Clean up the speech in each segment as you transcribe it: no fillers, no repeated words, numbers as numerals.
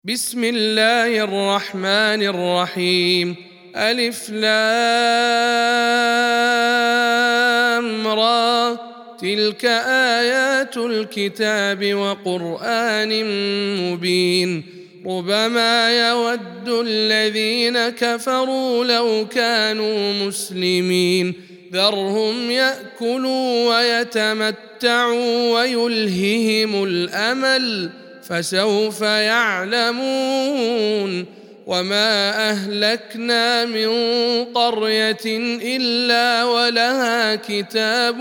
بسم الله الرحمن الرحيم. ألف لام را، تلك آيات الكتاب وقرآن مبين. ربما يود الذين كفروا لو كانوا مسلمين، ذرهم يأكلوا ويتمتعوا ويلههم الأمل، فسوف يعلمون. وما أهلكنا من قرية إلا ولها كتاب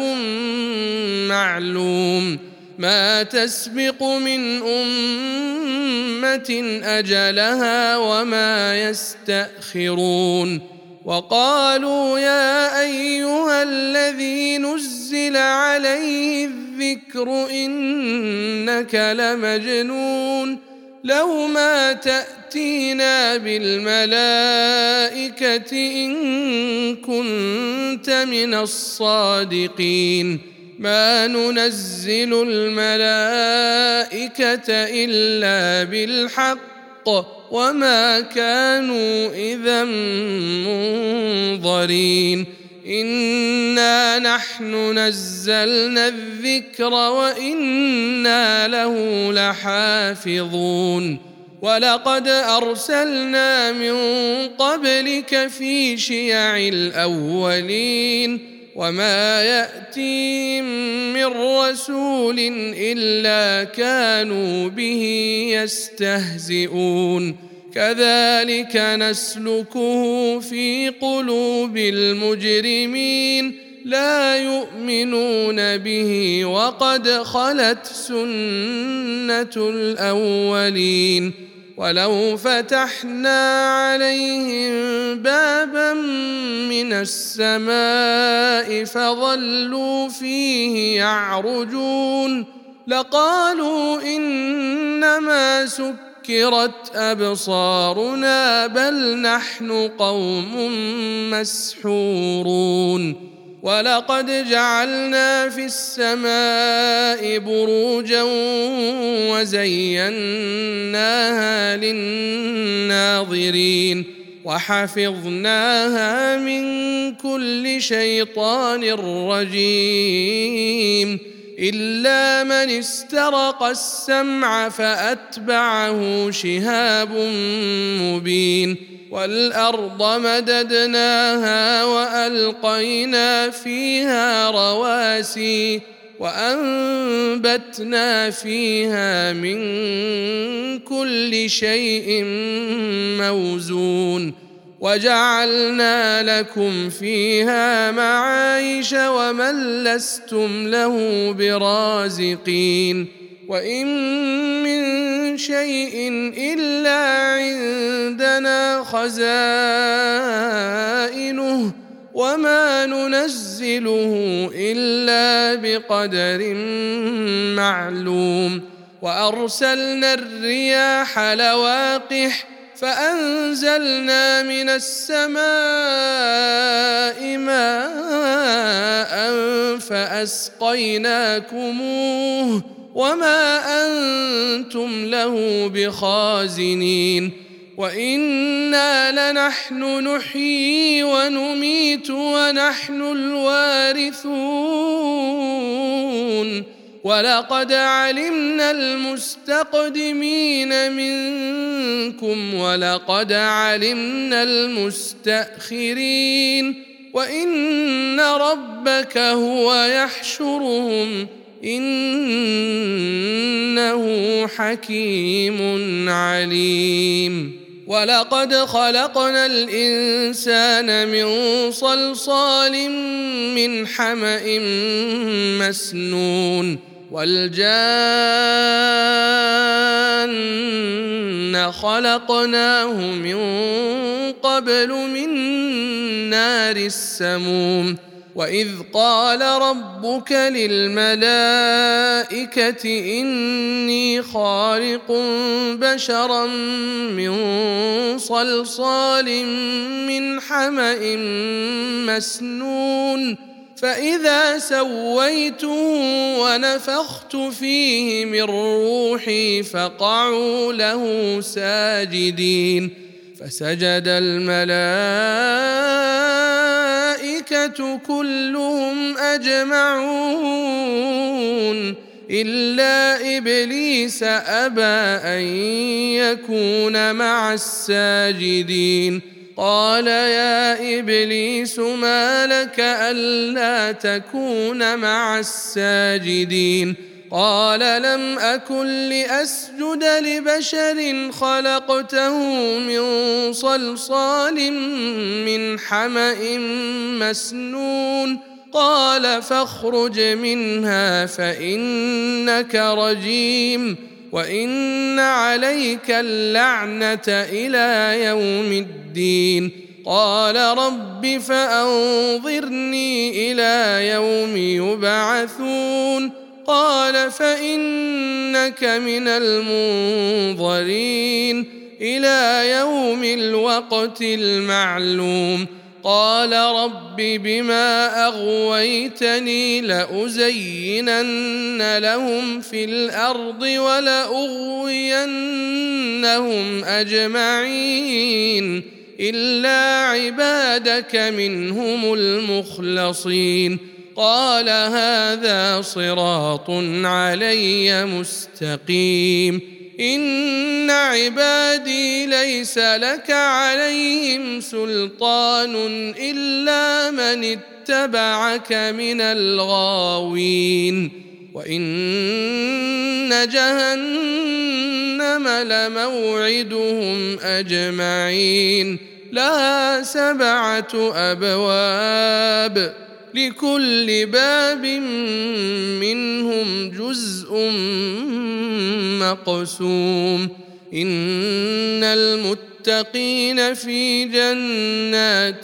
معلوم، ما تسبق من أمة أجلها وما يستأخرون. وقالوا يا أيها الذي نزل عليه الذكر إنك لمجنون، لو ما تأتينا بالملائكة إن كنت من الصادقين، ما ننزل الملائكة إلا بالحق وما كانوا إذا منظرين. إنا نحن نزلنا الذكر وإنا له لحافظون. ولقد أرسلنا من قبلك في شيع الأولين، وما يأتيهم من رسول إلا كانوا به يستهزئون. كذلك نسلكه في قلوب المجرمين، لا يؤمنون به وقد خلت سنة الأولين. ولو فتحنا عليهم بابا من السماء فظلوا فيه يعرجون لقالوا إنما سكرت أبصارنا بل نحن قوم مسحورون. ولقد جعلنا في السماء بروجا وزيناها للناظرين وحفظناها من كل شيطان رجيم، إلا من استرق السمع فأتبعه شهاب مبين. والأرض مددناها وألقينا فيها رواسي وأنبتنا فيها من كل شيء موزون، وجعلنا لكم فيها معايش ومن لستم له برازقين. وإن من شيء إلا عندنا خزائنه وما ننزله إلا بقدر معلوم. وأرسلنا الرياح لواقح فأنزلنا من السماء ماء فأسقيناكموه وما أنتم له بخازنين. وإنا لنحن نحيي ونميت ونحن الوارثون. ولقد علمنا المستقدمين منكم ولقد علمنا المستأخرين، وإن ربك هو يحشرهم إنه حكيم عليم. ولقد خلقنا الإنسان من صلصال من حمأ مسنون، والجان خلقناه من قبل من نار السموم. وإذ قال ربك للملائكة إني خالق بشرا من صلصال من حمأ مسنون فإذا سويته ونفخت فيه من روحي فقعوا له ساجدين فسجد الملائكة كلهم أجمعون إلا إبليس أبى أن يكون مع الساجدين قال يا إبليس ما لك ألا تكون مع الساجدين قال لم أكن لأسجد لبشر خلقته من صلصال من حمأ مسنون قال فاخرج منها فإنك رجيم وإن عليك اللعنة إلى يوم الدين قال رب فأنظرني إلى يوم يبعثون قال فإنك من المنظرين إلى يوم الوقت المعلوم قال رب بما أغويتني لأزينن لهم في الأرض ولأغوينهم أجمعين إلا عبادك منهم المخلصين قال هذا صراط علي مستقيم إن عبادي ليس لك عليهم سلطان إلا من اتبعك من الغاوين وإن جهنم لموعدهم أجمعين لها 7 أبواب لكل باب منهم جزء مقسوم إن المتقين في جنات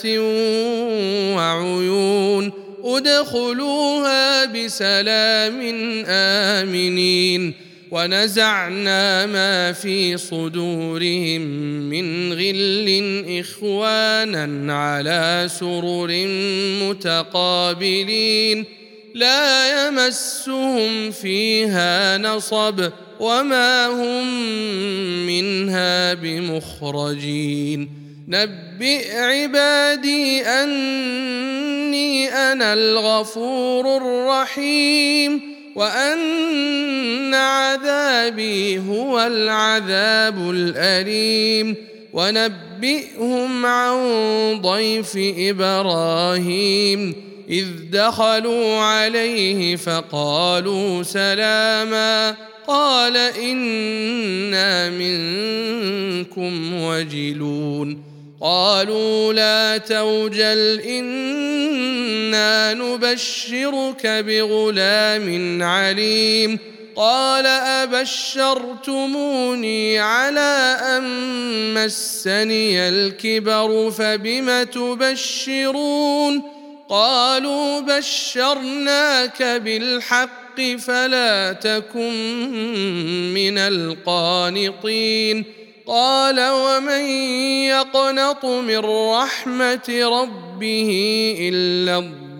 وعيون ادخلوها بسلام آمنين ونزعنا ما في صدورهم من غل إخوانا على سرر متقابلين لا يمسهم فيها نصب وما هم منها بمخرجين نبئ عبادي أني أنا الغفور الرحيم وأن عذابي هو العذاب الأليم ونبئهم عن ضيف إبراهيم إذ دخلوا عليه فقالوا سلاما قال إنا منكم وجلون قالوا لا توجل إنا نبشرك بغلام عليم قال أبشرتموني على أن مسني الكبر فبم تبشرون قالوا بشرناك بالحق فلا تكن من القانطين قال ومن يقنط من رحمة ربه إلا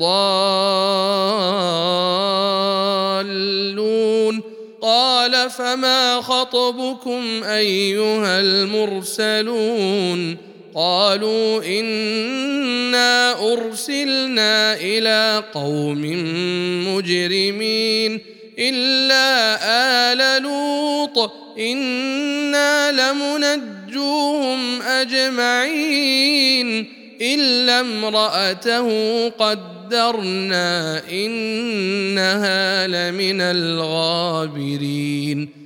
الضالون قال فما خطبكم أيها المرسلون قالوا إنا أرسلنا إلى قوم مجرمين إلا آل لوط إنا لمنجوهم أجمعين إلا امرأته قدرنا إنها لمن الغابرين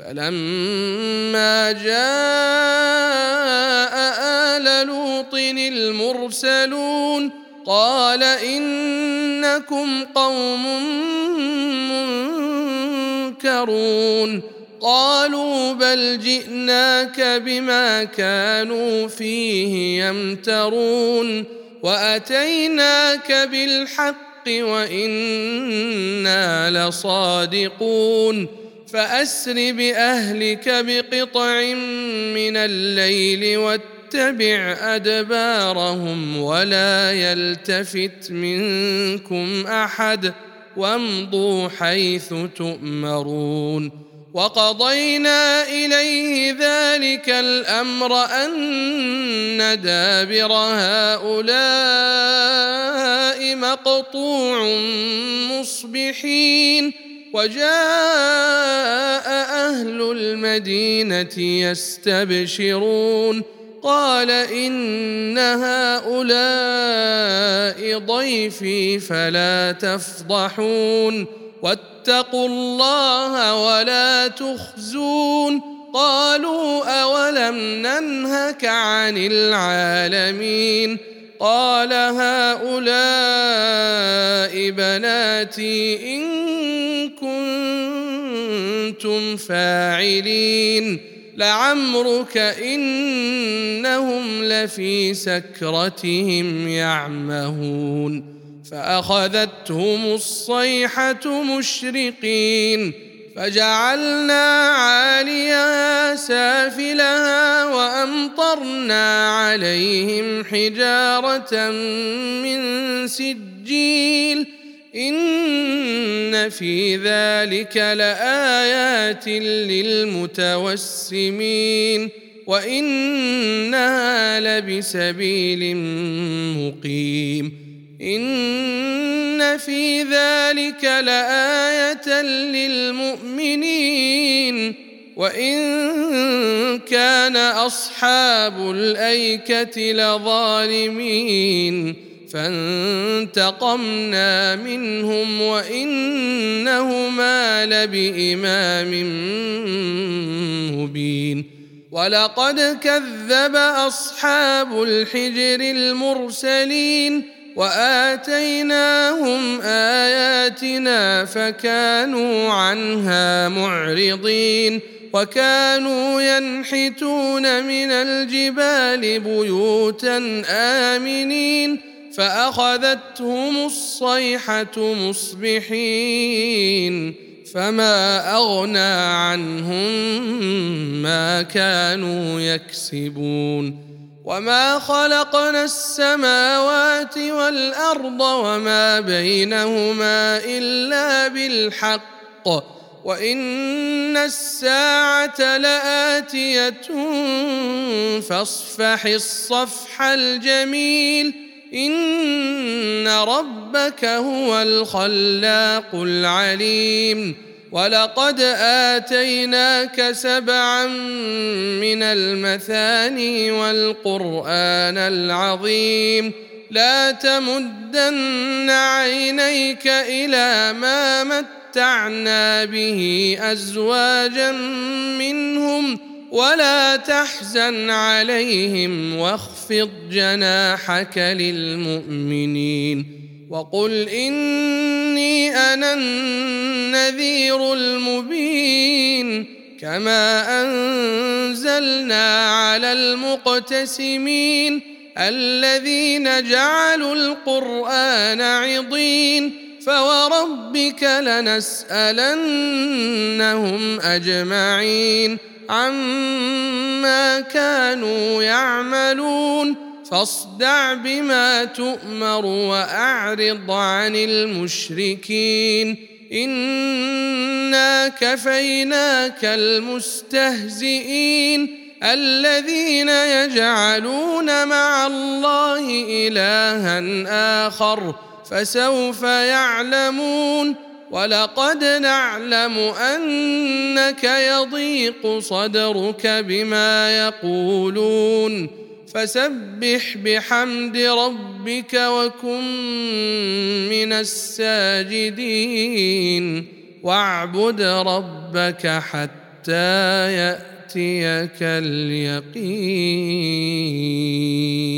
فلما جاء آل لوط المرسلون قال إنكم قوم منكرون قالوا بل جئناك بما كانوا فيه يمترون وأتيناك بالحق وإنا لصادقون فأسر بأهلك بقطع من الليل يتبع أدبارهم ولا يلتفت منكم أحد وامضوا حيث تؤمرون وقضينا إليه ذلك الأمر أن دابر هؤلاء مقطوع مصبحين وجاء أهل المدينة يستبشرون قال إن هؤلاء ضيفي فلا تفضحون واتقوا الله ولا تخزون قالوا أولم ننهك عن العالمين قال هؤلاء بناتي إن كنتم فاعلين لعمرك إنهم لفي سكرتهم يعمهون فأخذتهم الصيحة مشرقين فجعلنا عاليها سافلها وأمطرنا عليهم حجارة من سجيل إن في ذلك لآيات للمتوسمين وإنها لبسبيل مقيم إن في ذلك لآية للمؤمنين وإن كان أصحاب الأيكة لظالمين فانتقمنا منهم وإنهما لبإمام مبين ولقد كذب أصحاب الحجر المرسلين وآتيناهم آياتنا فكانوا عنها معرضين وكانوا ينحتون من الجبال بيوتا آمنين فأخذتهم الصيحة مصبحين فما أغنى عنهم ما كانوا يكسبون وما خلقنا السماوات والأرض وما بينهما إلا بالحق وإن الساعة لآتية فاصفح الصفح الجميل إن ربك هو الخلاق العليم ولقد آتيناك 7 من المثاني والقرآن العظيم لا تمدن عينيك إلى ما متعنا به أزواجا منهم ولا تحزن عليهم واخفض جناحك للمؤمنين وقل إني أنا النذير المبين كما أنزلنا على المقتسمين الذين جعلوا القرآن عضين فوربك لنسألنهم أجمعين عما كانوا يعملون فاصدع بما تؤمر وأعرض عن المشركين إنا كفيناك المستهزئين الذين يجعلون مع الله إلها آخر فسوف يعلمون ولقد نعلم أنك يضيق صدرك بما يقولون فسبح بحمد ربك وكن من الساجدين واعبد ربك حتى يأتيك اليقين.